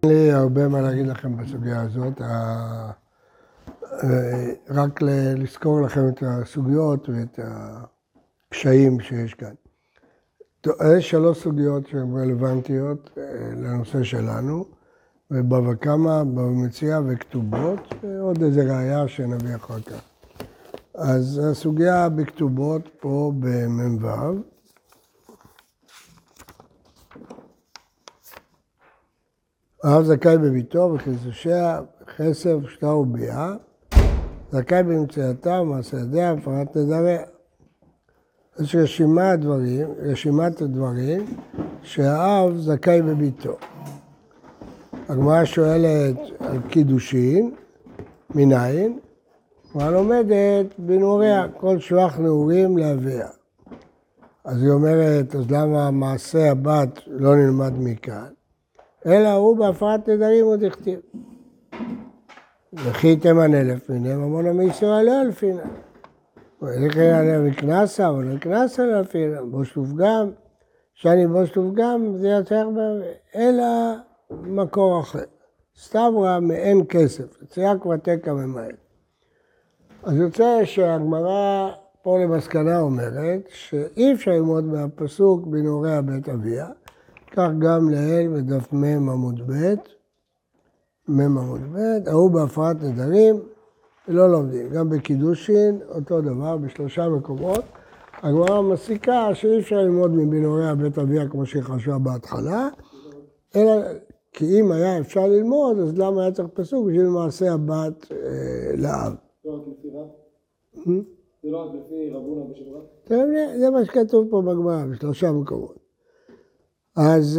אין לי הרבה מה להגיד לכם בסוגיה הזאת, רק לזכור לכם את הסוגיות ואת הקשיים שיש כאן. יש 3 סוגיות שהן רלוונטיות לנושא שלנו, בבא קמא, בבא מציעא וכתובות, ועוד איזה ראיה שנביא אחר כך. אז הסוגיה בכתובות פה במ"ו. האב זכאי בביתו וכיסושיה, כסף, שטר וביאה, זכאי במציאתה ומעשה ידיה והפרת נדריה. יש רשימת הדברים שהאב זכאי בביתו. הגמרא שואלת על קידושין, מניין? הגמרא לומדת בנעוריה, כל שבח נעורים לאביה. אז היא אומרת, אז למה מעשה הבת לא נלמד מכאן? אלא הוא בהפרת נדרים עוד הכתיב. וכי תימן 1000 מיניה, ממון מישראל לא אלפינא. ולכן עליהם הקנסה, אבל לא הקנסה לאלפינא, בוש ופגם, שאני בוש ופגם, זה יצא אלא מקור אחר. סתברא מאין כסף, צירק ותקא ממעט. אז יוצא שהגמרא פה למסקנה אומרת, שאי אפשר ללמוד מהפסוק בנעוריה בית אביה, כך גם לעיל בדף מ' עמוד ב', ההוא בהפרת נדרים, לא לומדים. גם בקידושין, אותו דבר, ב3 מקומות. הגמרא מסיקה שאי אפשר ללמוד מבנעוריה בית אביה כמו שהיא חשבה בהתחלה, אלא כי אם היה אפשר ללמוד, אז למה היה צריך פסוק בשביל מעשה הבת לאב? זה לא רק לפי רב? זה לא רק לפי רבונה בשבוע? זה מה שכתוב פה בגמרא, ב3 מקומות. אז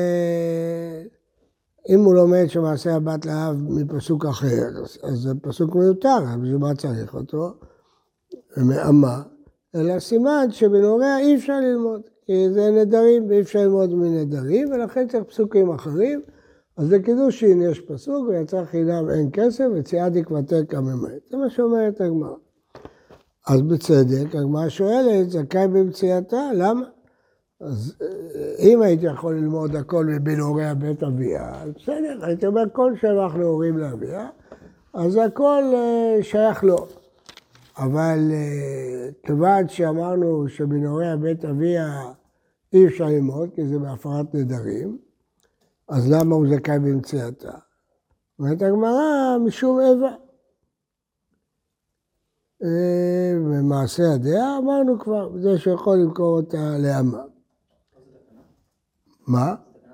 אם הוא לומד שמעשה הבת לאב מפסוק אחר, אז זה פסוק מיותר, בשביל מה צריך אותו? מאמה, אלא סימן שבנעוריה אי אפשר ללמוד, כי זה נדרים ואי אפשר ללמוד מנדרים, ולכן צריך פסוקים אחרים. אז לקידושין יש פסוק, ויצא חינם אין כסף, וציעדיק ותקא ממעט. זה מה שאומרת הגמרא. אז בצדק, הגמרא שואלת, זכאי במציאתה, למה? אז אם הייתי יכול ללמוד הכל מבנעוריה בית אביה, אז בסדר, הייתי אומר כל שבח נעורים לאביה, אז הכל שייך לו. אבל כיוון שאמרנו שבנעוריה בית אביה אי אפשר ללמוד, כי זה בהפרת נדרים, אז למה הוא זכאי במציאתה? אומרת הגמרא משום איבה. במעשה ידיה אמרנו כבר, זה שיכול למכור אותה לאמה. מה?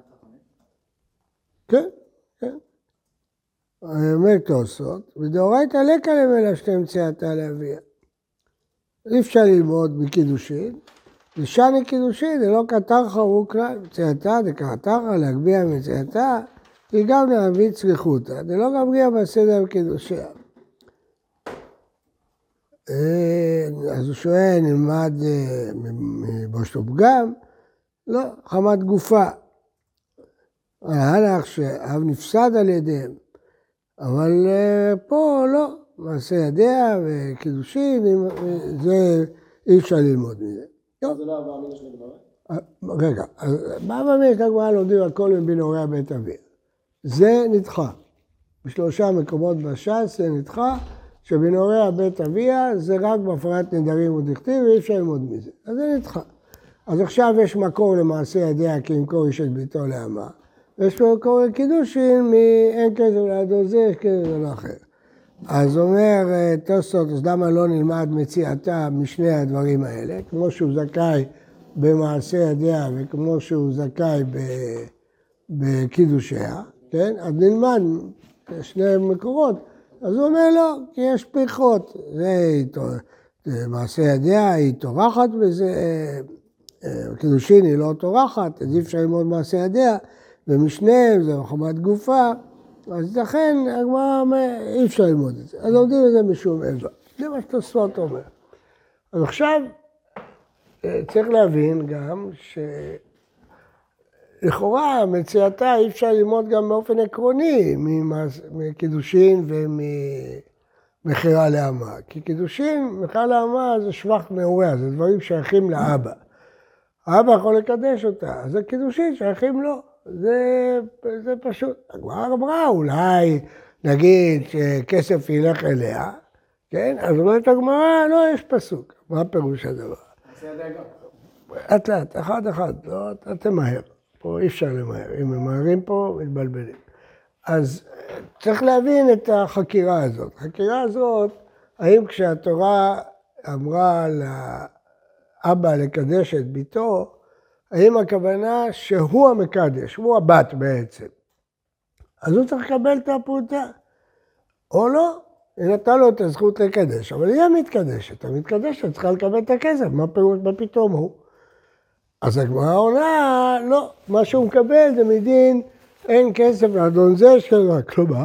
כן, כן. אומר תוספות, ודאורייתא לקא למילא שתי מציאתה לאביה. אי אפשר ללמוד בקידושין, ושני קידושין, זה לא כתרחא הוא כלל, מציאתה דקתרחא להגביה מציאתה, היא גם להביא צריכותא, זה לא גמריה בסדר בקידושיה. אז הוא שואל, נלמד מבושת ופגם? לא, חמת גופה. הלך שאב נפסד על ידיהם, אבל פה לא, מעשה ידיה וקידושין, זה אי אפשר ללמוד מזה. זה לא אבא אמינה של הגמרא? רגע, באבא אמינה של הגמרא לומדים הכל מבנעוריה בית אביה. זה נדחה. ב3 מקומות בש"ס זה נדחה, שבנעוריה בית אביה זה רק בהפרת נדרים ודכתיב, ואי אפשר ללמוד מזה. אז זה נדחה. אז עכשיו יש מקור למעשה ידיה כי ימכור איש את ביתו לאמה, ויש פה מקור לקידושין מאין כסף לידו זה, יש כסף לא אחר. אז אומר תוספות, אז למה לא נלמד מציאתה משני הדברים האלה, כמו שהוא זכאי במעשה ידיה וכמו שהוא זכאי בקידושיה, כן? אז נלמד שני מקורות. אז הוא אומר לו, כי יש פריחות, זה מעשה ידיה, היא טורחת בזה, קידושין היא לא טורחת, אז אי אפשר ללמוד מעשה ידיה, ומשניהם זה חמת גופה, אז לכן הגמרא אומר, אי אפשר ללמוד את זה. אז לומדים את זה משום איבה. זה מה שתוספות אומר. אז עכשיו צריך להבין גם שלכאורה מציאתה אי אפשר ללמוד גם באופן עקרוני מקידושין ומכירה לאמה. כי קידושין, מכירה לאמה זה שבח נעוריה, זה דברים שייכים לאבא. האבא יכול לקדש אותה, אז הקידושין שייכים לו. זה פשוט. הגמרא אמרה, אולי נגיד שכסף ילך אליה, כן? אז אומרת הגמרא, לא, יש פסוק. מה הפירוש הדבר? לאט לאט, אחד, לא, אתה תמהר. פה אי אפשר למהר. אם ממהרים פה, מתבלבלים. אז צריך להבין את החקירה הזאת. החקירה הזאת, האם כשהתורה אמרה לאבא לקדש את ביתו, האם הכוונה שהוא המקדש, הוא הבת בעצם. אז הוא צריך לקבל את הפרוטה. או לא, היא נתנה לו את הזכות לקדש, אבל היא המתקדשת. המתקדשת צריכה לקבל את הכסף, מה פירוש בפתאום הוא? אז הגמרא עונה, לא, מה שהוא מקבל זה מדין, אין כסף לאדון זה שלה, כלומר,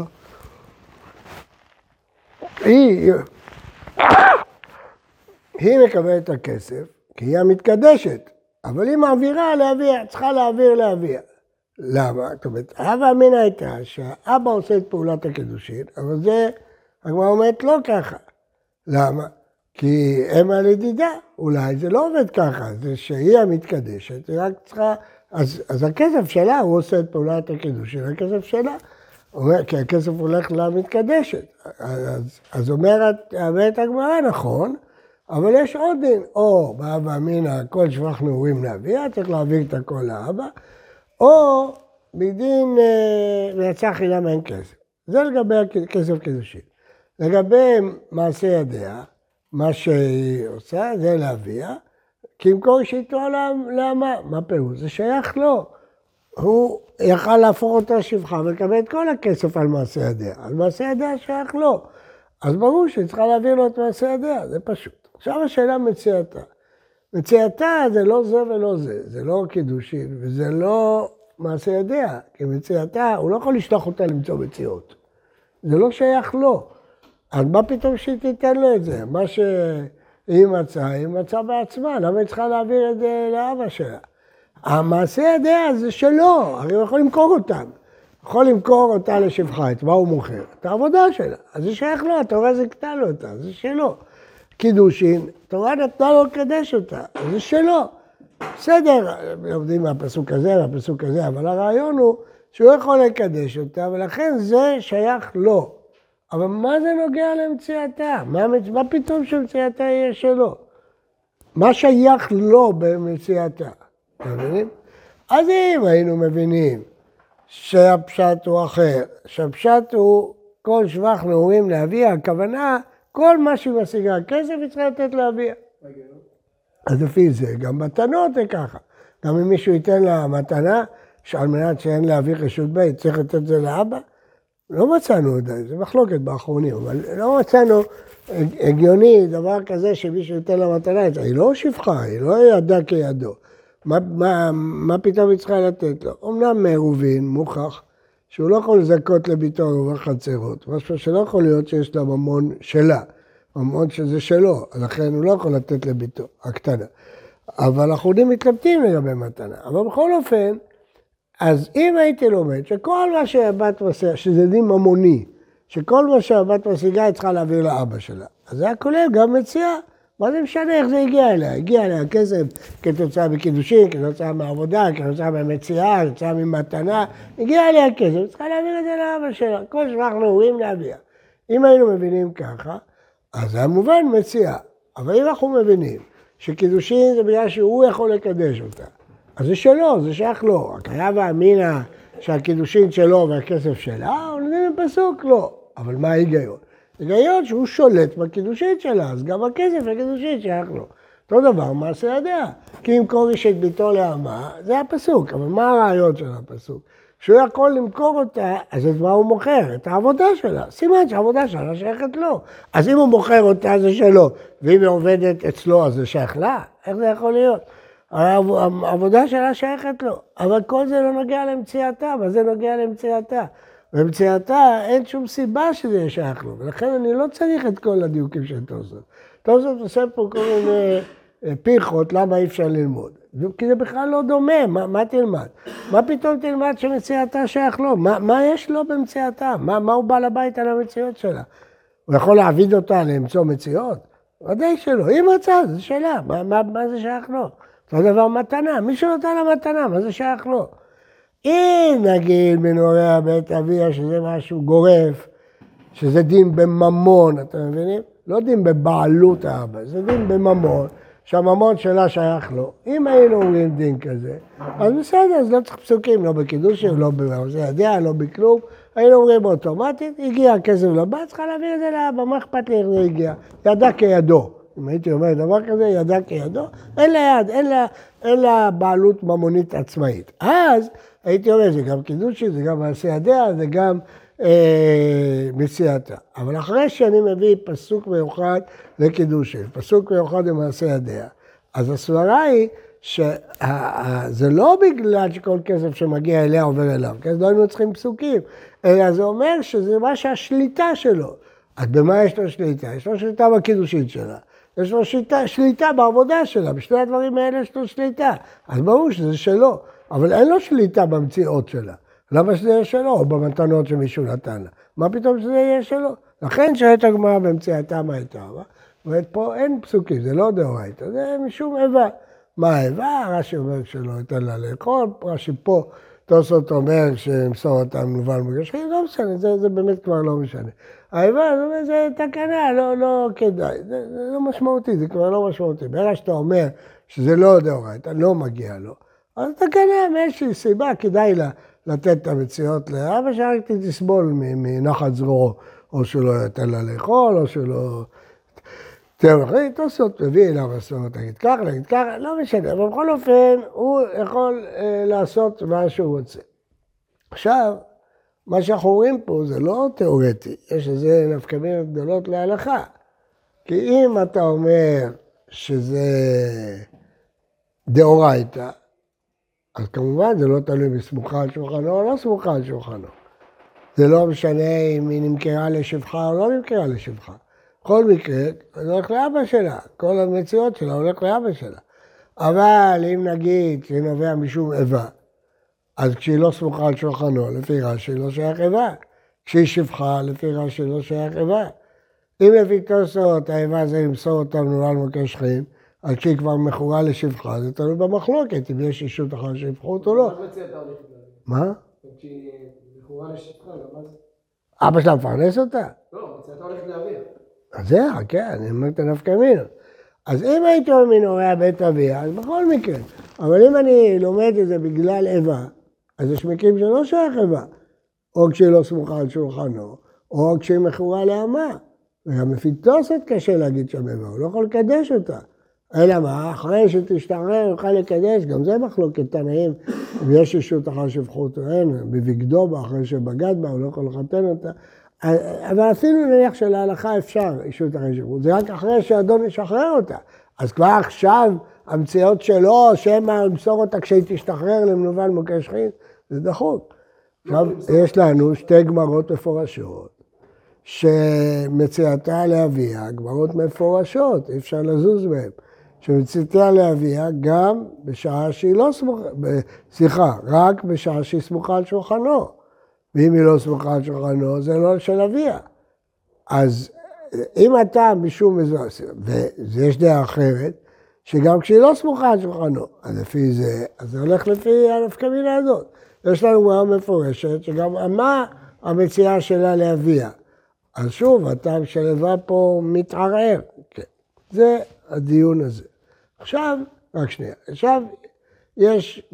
היא מקבלת את הכסף, כי היא המתקדשת, אבל היא מעבירה לאביה, צריכה להעביר לאביה. למה? זאת אומרת, אבא אמינא הייתה שהאבא עושה את פעולת הקידושין, אבל זה, הגמרא אומרת לא ככה. למה? כי הם על ידידה, אולי זה לא עובד ככה, זה שהיא המתקדשת, היא רק צריכה, אז הכסף שלה, הוא עושה את פעולת הקידושין, הכסף שלה, כי הכסף הולך למתקדשת. אז אומרת הגמרא, נכון, אבל יש עוד דין, או באבא אמינא, כל שבח נעורים לאביה, צריך להעביר את הכל לאבא, או בדין ויצא חינם אין כסף. זה לגבי כסף קידושין. לגבי מעשה ידיה, מה שהיא עושה זה לאביה, כי ימכור שאיתו לאמה. מה פירוש? זה שייך לו. הוא יכל להפוך אותה שפחה ולקבל את כל הכסף על מעשה ידיה. על מעשה ידיה שייך לו. אז ברור שהיא צריכה להעביר לו את מעשה ידיה, זה פשוט. עכשיו השאלה מציאתה. מציאתה זה לא זה ולא זה, זה לא קידושין וזה לא מעשה ידיה, כי מציאתה, הוא לא יכול לשלוח אותה למצוא מציאות. זה לא שייך לו. אז מה פתאום שהיא תיתן לו את זה? מה שהיא מצאה, היא מצאה בעצמה, למה היא צריכה להעביר את זה לאבא שלה? המעשה ידיה זה שלו, הרי הוא יכול למכור אותם. יכול למכור אותה לשפחה, את מה הוא מוכר? את העבודה שלה. אז זה שייך לו, התורה זיכתה לו אותה, זה שלו. קידושין, התורה נתנה לו לקדש אותה, זה שלו. בסדר, לומדים מהפסוק הזה, מהפסוק הזה, אבל הרעיון הוא שהוא יכול לקדש אותה, ולכן זה שייך לו. אבל מה זה נוגע למציאתה? מה פתאום שמציאתה יהיה שלו? מה שייך לו במציאתה? אתם מבינים? אז אם היינו מבינים שהפשט הוא אחר, שהפשט הוא כל שבח נעורים לאביה, הכוונה, כל מה שהיא משיגה כסף היא צריכה לתת לאביה. אז לפי זה, גם מתנות זה ככה. גם אם מישהו ייתן לה מתנה, שעל מנת שאין להביא רשות בית, צריך לתת את זה לאבא, לא מצאנו עדיין, זה מחלוקת באחרונים, אבל לא מצאנו הגיוני דבר כזה שמישהו ייתן לה מתנה, היא לא שפחה, היא לא ידה כידו. מה פתאום היא צריכה לתת לו? אמנם מעירובין, מוכח, שהוא לא יכול לזכות לביתו ובחצרות, משהו שלא יכול להיות שיש לה ממון שלה, ממון שזה שלו, לכן הוא לא יכול לתת לביתו, הקטנה. אבל האחרונים מתלבטים לגבי מתנה, אבל בכל אופן, אז אם הייתי לומד שכל מה שהבת משיגה, שזה דין ממוני, שכל מה שהבת משיגה היא צריכה להעביר לאבא שלה, אז זה היה כולל גם מציאה. מה זה משנה איך זה הגיע אליה? הגיע אליה כסף כתוצאה בקידושין, כתוצאה מעבודה, כתוצאה ממציאה, כתוצאה ממתנה, הגיע אליה כסף, היא צריכה להעביר את זה לאבא שלה, כל שבח נעורים לאביה. אם היינו מבינים ככה, אז זה מובן מציאה. אבל אם אנחנו מבינים שקידושין זה בגלל שהוא יכול לקדש אותה, אז זה שלו, זה שייך לו. הקריא ואמינא שהקידושין שלו והכסף שלה, הוא נותן בפסוק לא. אבל מה ההיגיון? ההיגיון שהוא שולט בקידושין שלה, אז גם הכסף והקידושין שייך לו. אותו דבר, מעשה ידיה. כי אם קוריש את ביתו לאמה, זה הפסוק. אבל מה הרעיון של הפסוק? שהוא יכול למכור אותה, אז את מה הוא מוכר? את העבודה שלה. סימן שהעבודה שלה שייכת לו. אז אם הוא מוכר אותה, זה שלו. ואם היא עובדת אצלו, אז זה שייך לה. איך זה יכול להיות? העבודה שלה שייכת לו, אבל כל זה לא נוגע למציאתה, אבל זה נוגע למציאתה. במציאתה אין שום סיבה שזה יהיה שייך לו, ולכן אני לא צריך את כל הדיוקים של תוספות. תוספות עושה פה כל מיני פיחות, למה אי אפשר ללמוד? כי זה בכלל לא דומה, מה תלמד? מה פתאום תלמד שמציאתה שייך לו? מה יש לו במציאתה? מה הוא בא לבית על המציאות שלה? הוא יכול להעביד אותה למצוא מציאות? ודאי שלא, היא מצאה, זה שאלה, מה זה שייך לו? אותו דבר מתנה, מי שנותן לה מתנה, מה זה שייך לו? אם נגיד בנוריה בית אביה שזה משהו גורף, שזה דין בממון, אתם מבינים? לא דין בבעלות האבא, זה דין בממון, שהממון שלה שייך לו. אם היינו אומרים דין כזה, אז בסדר, אז לא צריך פסוקים, לא בקידושים, לא במעשה ידיעה, לא בכלום. היינו אומרים אוטומטית, הגיע הכסף לבת, צריכה להביא את זה לאבא, מה אכפת לי איך זה הגיע? ידע כידו. אם הייתי אומר דבר כזה, ידע כידו, אין לה יד, אין לה בעלות ממונית עצמאית. אז הייתי אומר, זה גם קידושי, זה גם מעשה ידיעה, זה גם מציאתה. אבל אחרי שאני מביא פסוק מיוחד לקידושי, פסוק מיוחד למעשה ידיעה, אז הסברה היא שזה לא בגלל שכל כסף שמגיע אליה עובר אליו, כי אז לא היינו צריכים פסוקים, אלא זה אומר שזה מה שהשליטה שלו. אז במה יש לו שליטה? יש לו שליטה בקידושית שלה. יש לו שליטה בעבודה שלה, בשני הדברים האלה יש לו שליטה. אז ברור שזה שלו, אבל אין לו שליטה במציאות שלה. למה שזה יהיה שלו, או במתנות שמישהו נתן לה? מה פתאום שזה יהיה שלו? לכן שואלת הגמרא במציאתה מה הייתה, ופה אין פסוקים, זה לא דאורייתא, זה משום איבה. מה האיבה? רש"י אומר שלא ייתן לה לאכול, רש"י פה תוספות אומר שמסור אותם מנוול מגשרים, לא משנה, זה באמת כבר לא משנה. האיבה זה תקנה, לא כדאי, זה לא משמעותי, זה כבר לא משמעותי. ברגע שאתה אומר שזה לא דאורייתא, לא מגיע לו, אז תקנה מאיזושהי סיבה, כדאי לה לתת את המציאות לאבא, שרק תסבול מנחת זרועו, או שלא ייתן לה לאכול, או שלא... אחרי תוספות מביא אליו מסורת, תגיד ככה, לא משנה, אבל בכל אופן הוא יכול לעשות מה שהוא רוצה. עכשיו, מה שאנחנו רואים פה זה לא תיאורטי, יש איזה נפקמינות גדולות להלכה. כי אם אתה אומר שזה דאורייתא, אז כמובן זה לא תלוי בסמוכה על שולחנו או לא סמוכה על שולחנו. זה לא משנה אם היא נמכרה לשבחה או לא נמכרה לשבחה. בכל מקרה, זה הולך לאבא שלה, כל המציאות שלה הולך לאבא שלה. אבל אם נגיד שהיא נובע משום איבה, אז כשהיא לא סמוכה על שולחנו, לפי רש"י לא שייך איבה. כשהיא שפחה, לפי רש"י לא שייך איבה. אם לפי תוספות האיבה זה למסור אותה מנוול מוקש חיים, אז כשהיא כבר מכורה לשפחה, זה תלוי במחלוקת, אם יש אישות אחת שפחות או לא. מה? כשהיא מכורה לשפחה, מה זה? אבא שלה מפרנס אותה? לא, מציאתה הולכת לאביה. אז זה, כן, אני אומר את הנפקמינות. אז אם הייתי אומר מנוריה בית אביה, אז בכל מקרה. אבל אם אני לומד את זה בגלל איבה, אז יש מקרים שלא שייך איבה. או כשהיא לא סמוכה על שולחנו, או כשהיא מכורה לאמה. וגם לפי תוספות קשה להגיד שם איבה, הוא לא יכול לקדש אותה. אלא מה, אחרי שתשתחרר, הוא יכול לקדש, גם זה מחלוקת תנאים. אם יש אישות אחת שפחות או אין, בבגדו בה, אחרי שבגד בה, הוא לא יכול לחתן אותה. אבל אפילו נניח שלהלכה אפשר אישות אחרי שפחות, זה רק אחרי שהאדון ישחרר אותה. אז כבר עכשיו המציאות שלו, שמא למסור אותה כשהיא תשתחרר למנוול מוקש חיים, זה דחוק. עכשיו יש לנו שתי גמרות מפורשות, שמציאתה לאביה, גמרות מפורשות, אי אפשר לזוז מהן. שמציאתה לאביה גם בשעה שהיא לא סמוכה, רק בשעה שהיא סמוכה על שולחנו. ואם היא לא סמוכה על שולחנו, זה לא של אביה. אז אם אתה משום איזו, ויש דעה אחרת, שגם כשהיא לא סמוכה על שולחנו, אז לפי זה, אז זה הולך לפי הנפקמינה הזאת. יש לנו גמרא מפורשת, שגם אמה המציאה שלה לאביה. אז שוב, הטעם של איבה פה מתערער. כן. זה הדיון הזה. עכשיו, רק שנייה, עכשיו יש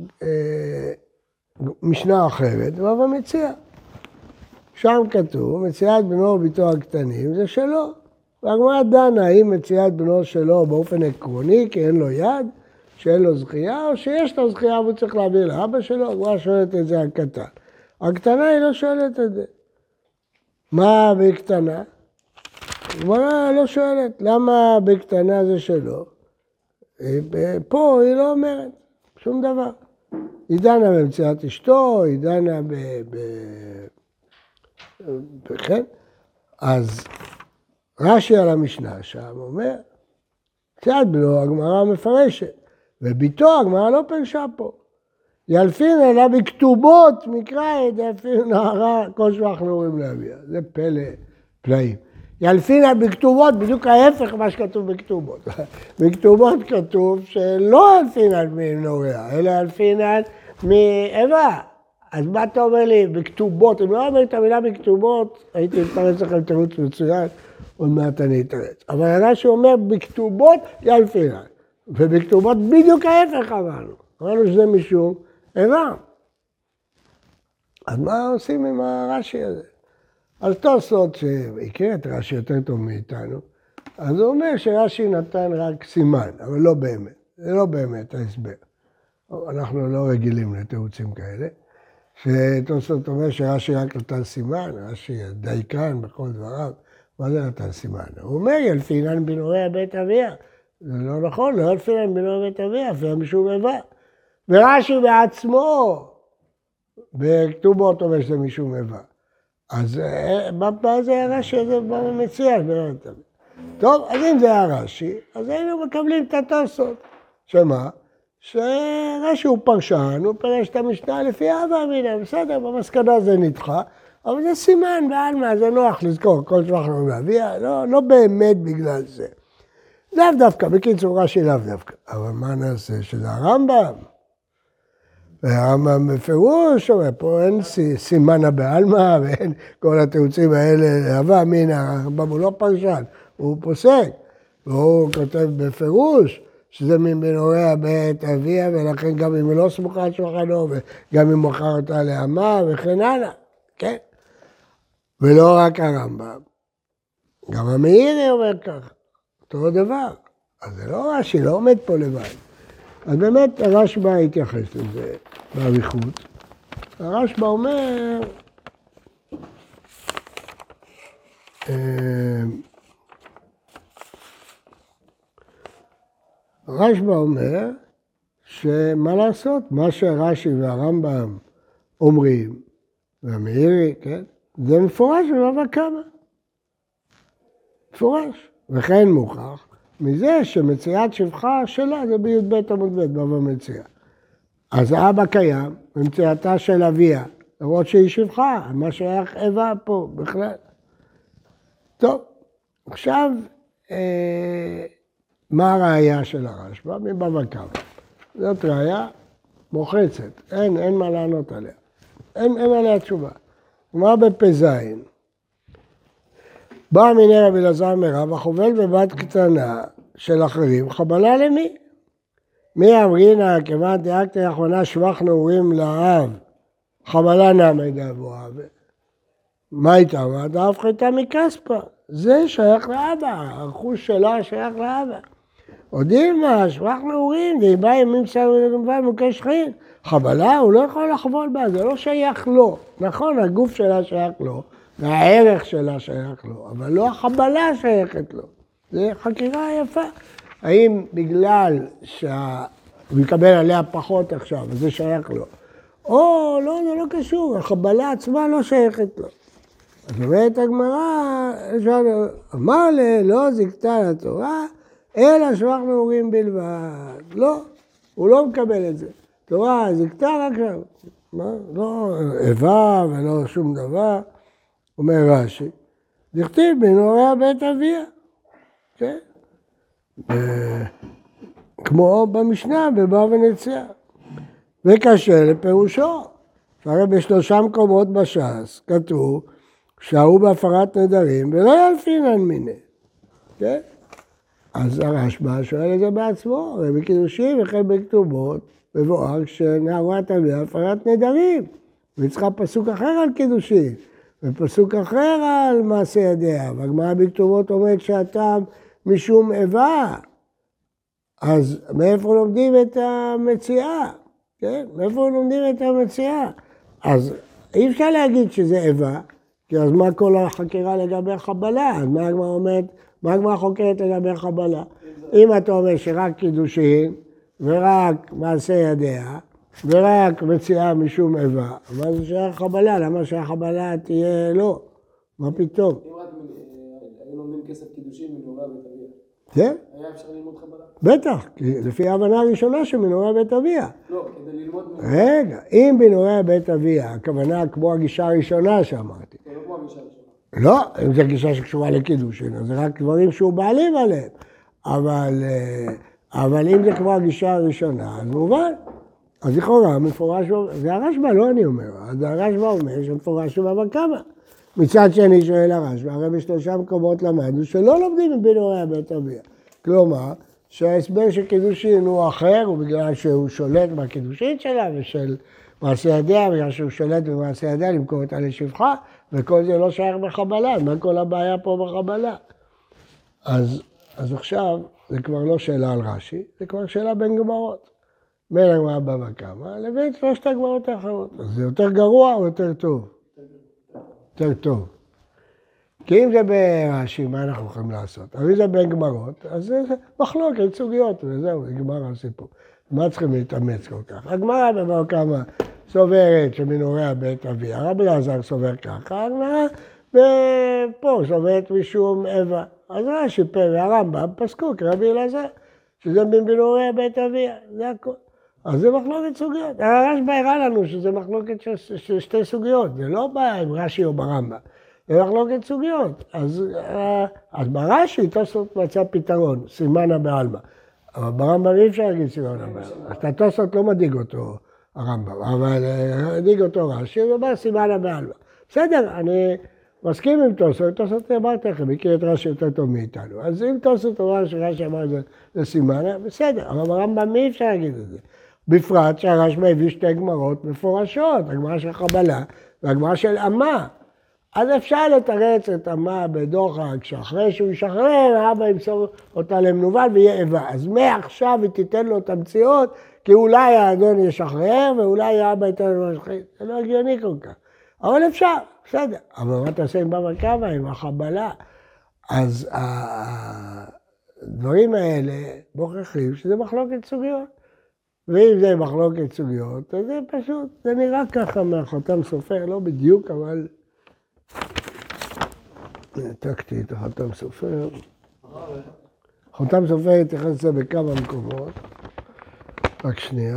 משנה אחרת, רבא מציע. שם כתוב, מציאת בנו וביתו הקטנים זה שלו. והגמרא דנה, האם מציאת בנו שלו באופן עקרוני, כי אין לו יד, שאין לו זכייה, או שיש לו זכייה והוא צריך להביא לאבא שלו, הגמרא שואלת את זה הקטן. הקטנה היא לא שואלת את זה. מה בקטנה? הגמרא לא שואלת, למה בקטנה זה שלו? פה היא לא אומרת שום דבר. היא דנה במציאת אשתו, היא דנה כן? אז רש"י על המשנה שם אומר, מציאת בנו הגמרא מפרשת, וביתו הגמרא לא פרשה פה. ילפין אלא בכתובות מקרא ילפין נערה כל שבח נעורים לאביה. זה פלא פלאים. ילפין בכתובות, בדיוק ההפך מה שכתוב בכתובות. בכתובות כתוב שלא ילפין על מנוריה, אלא ילפין על מאיבה. אז מה אתה אומר לי בכתובות? אם לא אומר את המילה בכתובות, הייתי מתרץ לכם תירוץ מצוין, עוד מעט אני אתרץ. אבל הרש"י אומר בכתובות ילפינן. ובכתובות בדיוק ההפך אמרנו. אמרנו שזה משום איבה. אז מה עושים עם הרש"י הזה? אז תוספות שהכיר את רש"י יותר טוב מאיתנו, אז הוא אומר שרש"י נתן רק סימן, אבל לא באמת. זה לא באמת ההסבר. אנחנו לא רגילים לתירוצים כאלה. שתוספות אומר שרש"י רק נתן סימן, רש"י דייקן בכל דבריו. מה זה נתן סימן? הוא אומר ילפינן בנורי בית אביה. זה לא נכון, לא ילפינן בנורי בית אביה, אפילו משום איבה. ורש"י בעצמו, בכתובות אומר שזה משום איבה. אז מה זה הרש"י הזה במציע? טוב, אז אם זה הרש"י, אז היינו מקבלים את התוספות. שמה? שרש"י הוא פרשן, הוא פרש את המשנה לפי הווה אמינא, בסדר, במסקנה זה נדחה, אבל זה סימן בעלמא, זה נוח לזכור, כל שבח לא מאביה, לא באמת בגלל זה. לאו דווקא, בקיצור רש"י לאו דווקא, אבל מה נעשה? שזה הרמב"ם. והרמב"ם בפירוש, פה אין סימנה בעלמא, ואין כל התירוצים האלה, הווה אמינא, הרמב"ם הוא לא פרשן, הוא פוסק, והוא כותב בפירוש, שזה מבנוריה בית אביה, ולכן גם אם היא לא סמוכה על שולחנו, וגם אם מכר אותה לאמה, וכן הלאה, כן? ולא רק הרמב"ם, גם המאירי אומר ככה, אותו דבר. אז זה לא רש"י, לא עומד פה לבד. אז באמת הרשב"א התייחס לזה באריכות. הרשב"א אומר, הרשב"א אומר שמה לעשות, מה שרש"י והרמב"ם אומרים, והמאירי, כן? זה מפורש בבבא קמא. מפורש. וכן מוכח מזה שמציאת שבחה שלה זה בי"ב עמוד ב' בבא מציע. אז האבא קיים, ומציאתה של אביה, למרות שהיא שבחה, מה שייך איבה פה בכלל. טוב, עכשיו, מה הראייה של הרשב"א? מבבא קמא. זאת ראייה מוחצת, אין מה לענות עליה. אין עליה תשובה. מה בפ"ז? בא מיני רבי אלעזר מרב, החובל בבת קטנה של אחרים, חבלה למי? מי אמרינה, כיוון דאקתא אחרונה שבח נעורים לאב, חבלה נמי דאבו אב. מה איתה? מה דאב חייתה מכספה? זה שייך לאבא, הרכוש שלה שייך לאבא. עוד דילמה, שבח נעורים, דאיבא ימים סבבה מוקש חין. חבלה, הוא לא יכול לחבול בה, זה לא שייך לו. נכון, הגוף שלה שייך לו. והערך שלה שייך לו, אבל לא החבלה שייכת לו. זו חקירה יפה. האם בגלל שהוא יקבל עליה פחות עכשיו, אז זה שייך לו? או, לא, זה לא קשור, החבלה עצמה לא שייכת לו. אז אומרת הגמרא, אמר לא זיכתה לתורה, אלא שבח נעורים בלבד. לא, הוא לא מקבל את זה. תורה זיכתה רק שם. מה? לא איבה ולא שום דבר. אומר רש"י, דכתיב בנעוריה בית אביה, כן? כמו במשנה בבבא מציעא. וקשה לפירושו. הרי בשלושה מקומות בש"ס כתוב שהיו בהפרת נדרים ולא ילפינן מיניה, כן? אז הרשב"א שואל את זה בעצמו, הרי בקידושין וכן בכתובות, מבואר שנערת אביה הפרת נדרים. וצריכה פסוק אחר על קידושין. ופסוק אחר על מעשה ידיה, והגמרא בכתובות אומרת שהטעם משום איבה. אז מאיפה לומדים את המציאה? כן? מאיפה לומדים את המציאה? אז אי אפשר להגיד שזה איבה, כי אז מה כל החקירה לגבי חבלה? אז מה הגמרא אומרת? מה הגמרא חוקרת לגבי חבלה? אם אתה אומר שרק קידושין ורק מעשה ידיה, ורק מציאה משום איבה, אבל זה שייך חבלה, למה שהחבלה תהיה לא? מה פתאום? אם רק היו לומדים כסף קידושים מנעוריה בית אביה. כן? היה אפשר ללמוד חבלה? בטח, לפי ההבנה הראשונה שמנעוריה בית אביה. לא, כדי ללמוד... רגע, אם בנעוריה בית אביה, הכוונה כמו הגישה הראשונה שאמרתי. לא כמו הגישה הראשונה. לא, אם זו גישה שקשורה לקידושין, אז זה רק דברים שהוא בעלים עליהם. אבל אם זה כמו הגישה הראשונה, אז מובן. אז לכאורה מפורש, זה הרשב"א, לא אני אומר, אז הרשב"א אומר שמפורש בבבא קמא. מצד שני שואל הרשב"א, הרי בשלושה מקומות למדנו שלא לומדים מבין הורי בית אביה. כלומר, שההסבר של קידושין הוא אחר, הוא בגלל שהוא שולט בקידושין שלה ושל מעשה ידיה, בגלל שהוא שולט במעשה ידיה למכור אותה לשפחה, וכל זה לא שייך בחבלה, מה כל הבעיה פה בחבלה? אז עכשיו זה כבר לא שאלה על רש"י, זה כבר שאלה בין גמרות. בין הגמרא בבא קמא לבין שלושת הגמרות האחרות. אז זה יותר גרוע או יותר טוב? יותר טוב. כי אם זה ברש"י, מה אנחנו יכולים לעשות? אבל אם זה בין גמרות, אז זה מחלוקת, סוגיות, וזהו, נגמר הסיפור. מה צריכים להתאמץ כל כך? הגמרא בבבא קמא סוברת שמנהורי בית אביה, רבי אלעזר סובר ככה, הגמרא ופה סוברת משום איבה. אז רש"י פה והרמב"ם פסקו כרבי אלעזר, שזה מנהורי בית אביה, זה הכל. אז זה מחלוקת סוגיות. הרשב"א הראה לנו שזה מחלוקת של שתי סוגיות, זה לא בא עם רש"י או ברמב"ם. זה מחלוקת סוגיות. אז ברש"י תוספות מצא פתרון, סימנא בעלמא. אבל ברמב"ם אי אפשר להגיד סימנא בעלמא. אז את התוספות לא מדאיג אותו הרמב"ם, אבל מדאיג אותו רש"י, ובא סימנא בעלמא. בסדר, אני מסכים עם תוספות, תוספות אמרתי לכם, מכיר את רש"י יותר טוב מאיתנו. אז אם תוספות אומר שרש"י אמר זה סימנא, בסדר, אבל ברמב"ם אי אפשר להגיד את זה. בפרט שהרשב"א הביא שתי גמרות מפורשות, הגמרא של חבלה והגמרא של אמה. אז אפשר לתרץ את אמה בדוחק, שאחרי שהוא ישחרר, האבא ימסור אותה למנוול ויהיה איבה. אז מעכשיו היא תיתן לו את המציאות, כי אולי האדון ישחרר, ואולי האבא ייתן לו לשחרר. זה לא הגיוני כל כך. אבל אפשר, בסדר. אבל מה תעשה עם בבא קמא, עם החבלה? אז הדברים האלה מוכיחים שזה מחלוקת סוגיות. ואם זה מחלוקת סוגיות, אז זה פשוט, זה נראה ככה מהחותם סופר, לא בדיוק, אבל העתקתי את החותם סופר. חותם סופר התייחס לזה בכמה מקומות. רק שנייה.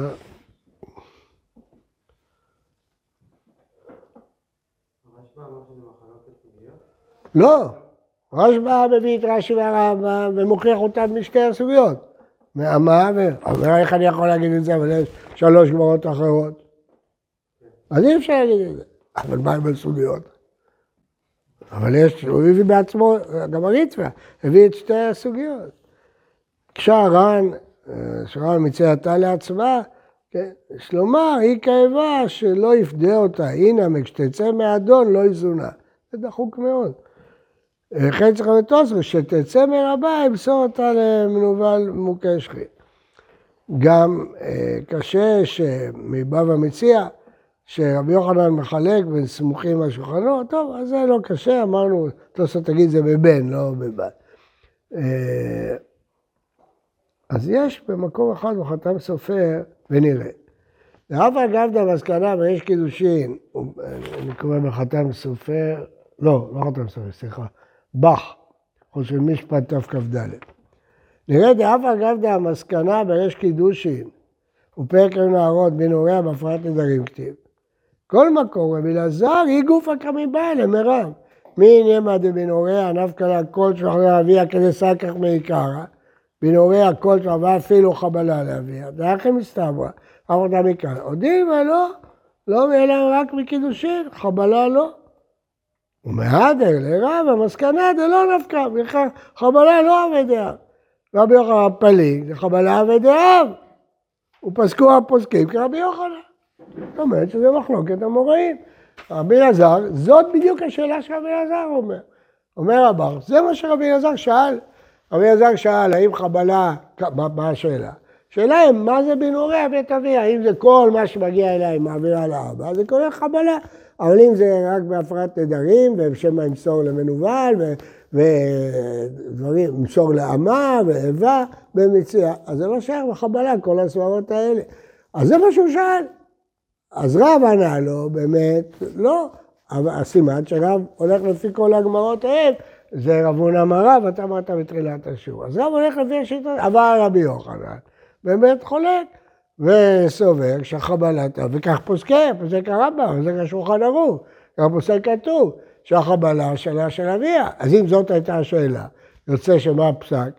לא, רשב"א מביא את רש"י והרמב"ם ומוכיח אותם משתי הסוגיות. מאמה, ואומר איך אני יכול להגיד את זה, אבל יש 3 גמרות אחרות. אז אי אפשר להגיד את זה. אבל מה עם הסוגיות? אבל יש, הוא הביא בעצמו, גם הריטב"א, הביא את שתי הסוגיות. כשהר"ן מצאתה לעצמה, שלומר, היא כאבה שלא יפדה אותה, הנה, כשתצא מהאדון לא יזונה. זה דחוק מאוד. לכן צריך לתוספות, שתצא מרבה, ימסור אותה למנוול מוכה שחית. גם קשה שמבבא מציע, שרבי יוחנן מחלק בין סמוכים על שולחנו, טוב, אז זה לא קשה, אמרנו, תוספות תגיד זה בבן, לא בבת. אז יש במקום אחד בחתם סופר, ונראה. ואף אגב המסקנה, ויש קידושין, אני קורא בחתם סופר, לא חתם סופר, סליחה. בח, חושב משפט תכ"ד. נראה דאף אגב המסקנה ויש קידושין, ופרק נערות בנעוריה בהפרעת נדרים כתיב. כל מקום, רבי אלעזר, היא גוף הקמיבא למרב. מי נעמד בנעוריה, נפקא לה כל שחרר אביה כדי סקח מעיקרא, בנעוריה כל שחרר אפילו חבלה לאביה, דאחם מסתברא, עבודה מכאן. עודים לא אלא רק מקידושין, חבלה לא. ומהדר לרב, המסקנה זה לא נפקא, חבלה לא עבדיה. רבי יוחנן פליג, זה חבלה עבדיה. ופסקו הפוסקים כרבי יוחנן. זאת אומרת שזה מחלוקת המוראים. רבי אלעזר, זאת בדיוק השאלה שרבי אלעזר אומר. אומר רבא, זה מה שרבי אלעזר שאל. רבי אלעזר שאל, האם חבלה, מה השאלה? השאלה היא, מה זה בנעוריה בית אביה? האם זה כל מה שמגיע אליה, מעבירה לאבא, זה כולל חבלה. אבל אם זה רק בהפרעת נדרים, ושמא ימסור למנוול, ודברים, ימסור לאמה, ואיבה, במציאה, אז זה לא שייך בחבלה, כל הסברות האלה. אז זה מה שהוא שאל. אז רב ענה לו, באמת, לא. אבל הסימן שרב הולך לפי כל הגמרות האלה, זה רב הונא אמר רב, אתה אמרת בתחילת השיעור. אז רב הולך לפי השיטות, אבל רבי יוחנן, באמת חולק. וסובר שהחבלתה, וכך פוסק הרמב"ם, זה כשולחן ערוך, כך פוסק כתוב, שהחבלה שלה של אביה. אז אם זאת הייתה השאלה, יוצא שמה הפסק?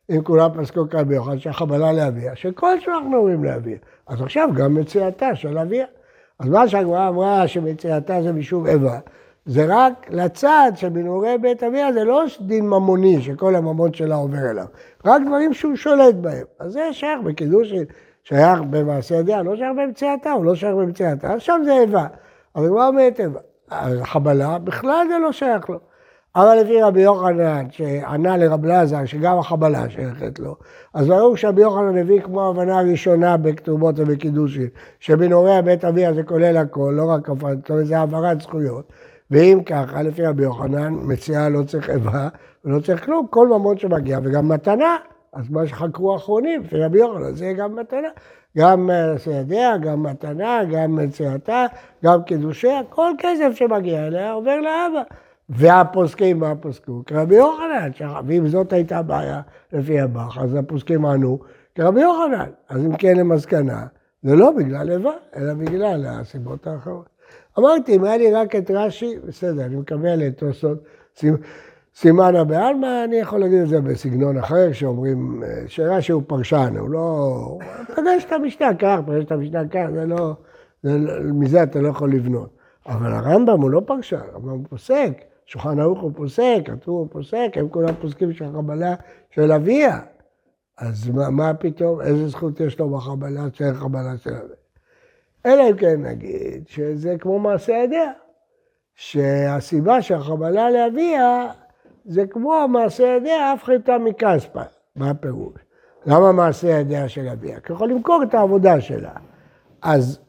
אם כולם פסקו כרבי יוחנן שהחבלה לאביה, שכל שבח נורים לאביה. אז עכשיו גם מציאתה של אביה. אז מה שהגמרא אמרה שמציאתה זה משום איבה, זה רק לצד שבנעורי בית אביה זה לא דין ממוני שכל הממון שלה עובר אליו, רק דברים שהוא שולט בהם. אז זה שייך בקידושין, שייך במעשה ידיעה, לא שייך במציאתה, הוא לא שייך במציאתה, עכשיו זה איבה. אז הגמרא אומרת איבה. החבלה בכלל זה לא שייך לו. אבל לפי רבי יוחנן שענה לרב אלעזר שגם החבלה שייכת לו, אז ברור שרבי יוחנן הביא כמו ההבנה הראשונה בכתובות ובקידושין, שבנעורי בית אביה זה כולל הכל, לא רק הפרט, זאת אומרת זה העברת זכויות. ואם ככה, לפי רבי יוחנן, מציאה לא צריך איבה ולא צריך כלום, כל ממון שמגיע וגם מתנה, אז מה שחקרו האחרונים, לפי רבי יוחנן, זה גם מתנה. גם סיידיה, גם מתנה, גם מציאתה, גם קידושיה, כל כסף שמגיע אליה עובר לאבא. והפוסקים, מה פוסקו? כרבי יוחנן, ואם זאת הייתה בעיה לפי הבח, אז הפוסקים ענו כרבי יוחנן. אז אם כן למסקנה, זה לא בגלל איבה, אלא בגלל הסיבות האחרות. אמרתי, אם היה לי רק את רש"י, בסדר, אני מקבל את תוספות סימנה בעלמא, אני יכול להגיד את זה בסגנון אחר, שאומרים שרש"י הוא פרשן, הוא לא... פגש את המשנה כך, פגש את המשנה כך, זה לא... מזה אתה לא יכול לבנות. אבל הרמב"ם הוא לא פרשן, הרמב"ם הוא פוסק, שולחן ערוך הוא פוסק, כתוב הוא פוסק, הם כולם פוסקים של החבלה של אביה. אז מה פתאום, איזה זכות יש לו בחבלה של חבלה של אביה? אלא אם כן נגיד שזה כמו מעשה ידיה, שהסיבה שהחבלה לאביה זה כמו המעשה ידיה, אף חיטה מכספה. מה הפירוש? למה מעשה ידיה של אביה? כי יכול למכור את העבודה שלה. אז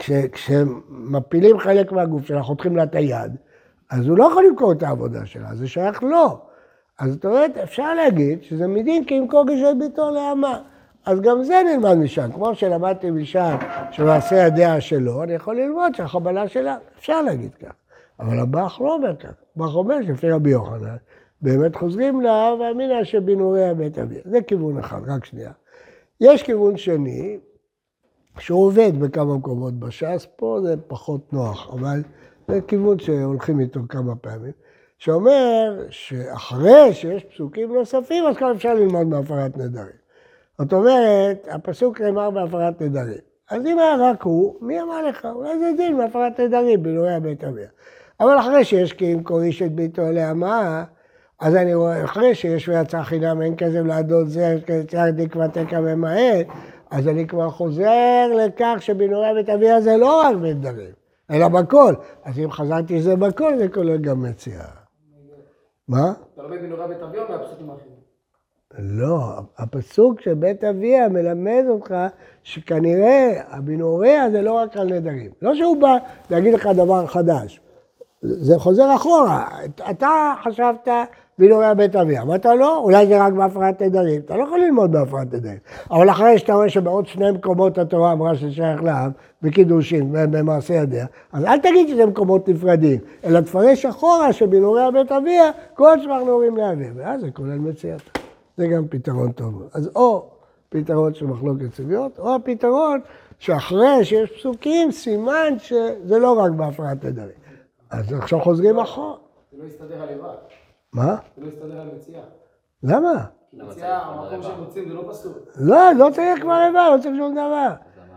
כשמפילים חלק מהגוף שלה, חותכים לה את היד, אז הוא לא יכול למכור את העבודה שלה, זה שייך לו. אז זאת אומרת, אפשר להגיד שזה מדין כי ימכור גשת ביתו לאמה. אז גם זה נלמד משם, כמו שלמדתי משם שמעשה ידיה שלו, אני יכול ללמוד שהחבלה שלה, אפשר להגיד כך. אבל הבח לא אומר כך, הבח אומר שלפי רבי יוחנן, באמת חוזרים לה, ואמינה שבנעורי בית אביה. זה כיוון אחד, רק שנייה. יש כיוון שני, שהוא עובד בכמה מקומות בש"ס, פה זה פחות נוח, אבל זה כיוון שהולכים איתו כמה פעמים, שאומר שאחרי שיש פסוקים נוספים, אז כבר אפשר ללמוד מהפרת נדרים. זאת אומרת, הפסוק נאמר בהפרת נדרים. אז אם היה רק הוא, מי אמר לך? אולי זה דין בהפרת נדרים, בנעורי בית אביה. אבל אחרי שיש כי אם קוריש את ביתו לאמה, אז אני רואה, אחרי שיש ויצא חינם, אין כסף לעדות זה, צעדי כבר תקע ממעט, אז אני כבר חוזר לכך שבנעורי בית אביה זה לא רק בנדרים, אלא בכל. אז אם חזרתי שזה בכל, זה כולל גם מציאה. מה? אתה לומד בנעורי בית אביה או מהפסוקים האחרים? לא, הפסוק של בית אביה מלמד אותך שכנראה הבנעוריה זה לא רק על נדרים. לא שהוא בא להגיד לך דבר חדש. זה חוזר אחורה. אתה חשבת בנעורי בית אביה, אבל אתה לא, אולי זה רק בהפרת נדרים. אתה לא יכול ללמוד בהפרת נדרים. אבל אחרי שאתה רואה שבעוד 2 מקומות התורה אמרה ששייך לעם, בקידושין, במעשה ידיה, אז אל תגיד שזה מקומות נפרדים, אלא תפרש אחורה שבנעורי בית אביה, כל שבח נעורים לאביה. ואז זה כולל מציאתה. זה גם פתרון טוב. אז או פתרון של מחלוקת סוגיות, או הפתרון שאחרי שיש פסוקים, סימן שזה לא רק בהפרת נדרים. אז עכשיו חוזרים אחורה. זה לא יסתדר על לבד. מה? זה לא יסתדר על מציאה. למה? כי מציאה, המקום שהם רוצים זה לא פסוק. לא צריך כבר איבה, לא צריך שום דבר.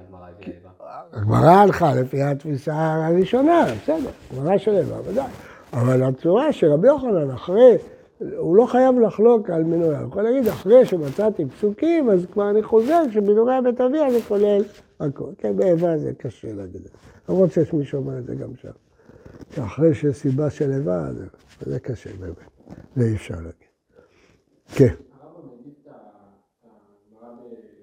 הגמרא הלכה לפי התפיסה הראשונה, בסדר, הגמרא של איבה, ודאי. אבל הצורה שרבי יוחנן אחרי, הוא לא חייב לחלוק על מנויה. הוא יכול להגיד, אחרי שמצאתי פסוקים, אז כבר אני חוזר שבנעורי בית אביה זה כולל הכל. כן, באיבה זה קשה להגיד. למרות שיש מי שאומר את זה גם שם. אחרי שיש סיבה של איבה, זה קשה באמת. זה אי אפשר להגיד. כן. הרמב"ם מביא את הגמרא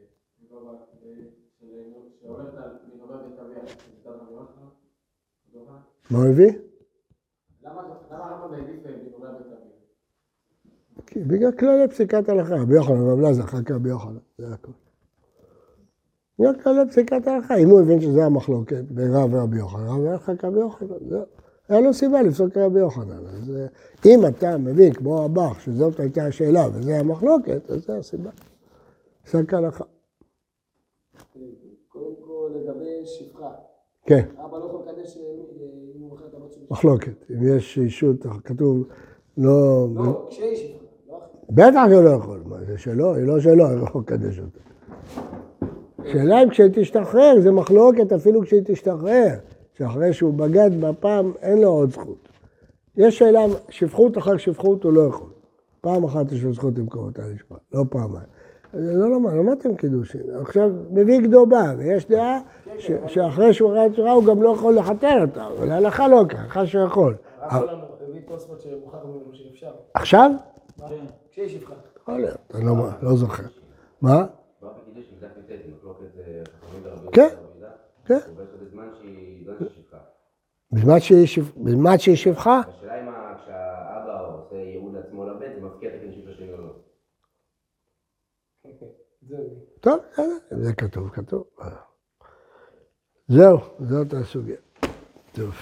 שהולכת על בנעורי בית אביה, זה רבי יוחנן? מה הוא הביא? למה הרמב"ם מביא בנעורי בית אביה? כי בגלל כללי פסיקת הלכה, רבי יוחנן, רבי אלעזר, אחר כך רבי יוחנן, זה הכל. בגלל כללי פסיקת הלכה, אם הוא הבין שזה המחלוקת בין רב ורבי יוחנן, רב ואחר כך רבי יוחנן, זהו. היה לו סיבה לפסוק רבי יוחנן. אז אם אתה מבין, כמו הבח, שזאת הייתה השאלה וזה המחלוקת, אז זה הסיבה. פסק הלכה. קודם כל לגבי שפחה. כן. אבא לא יכול לקדש אם הוא מוכר את הבת שלו. מחלוקת. אם יש אישות, כתוב לא... לא, כשיש שפחה. בטח הוא לא יכול, מה זה שלו? היא לא שלו, אני לא יכול לקדש אותה. שאלה אם כשהיא תשתחרר, זה מחלוקת אפילו כשהיא תשתחרר, שאחרי שהוא בגד בפעם, אין לו עוד זכות. יש שאלה, שפחות אחר שפחות הוא לא יכול. פעם אחת יש לו זכות למכור אותה לשפט, לא פעמיים. לא למדתם קידושין. עכשיו מביא גדובה, ויש דעה שאחרי שהוא ראה את שרה הוא גם לא יכול לחתן אותה, אבל להלכה לא ככה, אחרי שהוא יכול. הביא תוספות שמוכח ממנו שאפשר. עכשיו? כשיש שפחה. יכול להיות, אני לא זוכר. מה? כבר בקידוש עם דף י"ט, עם מחלוקת חכמים ורבים. כן, כן. הוא בעצם בזמן שהיא לא שפחה. בזמן שהיא שפחה? השאלה אם כשהאבא עושה ייעוד לעצמו לבן, זה מפקיע את הקדושים של השני או לא. טוב, זה כתוב. זהו, זאת הסוגיה. טוב.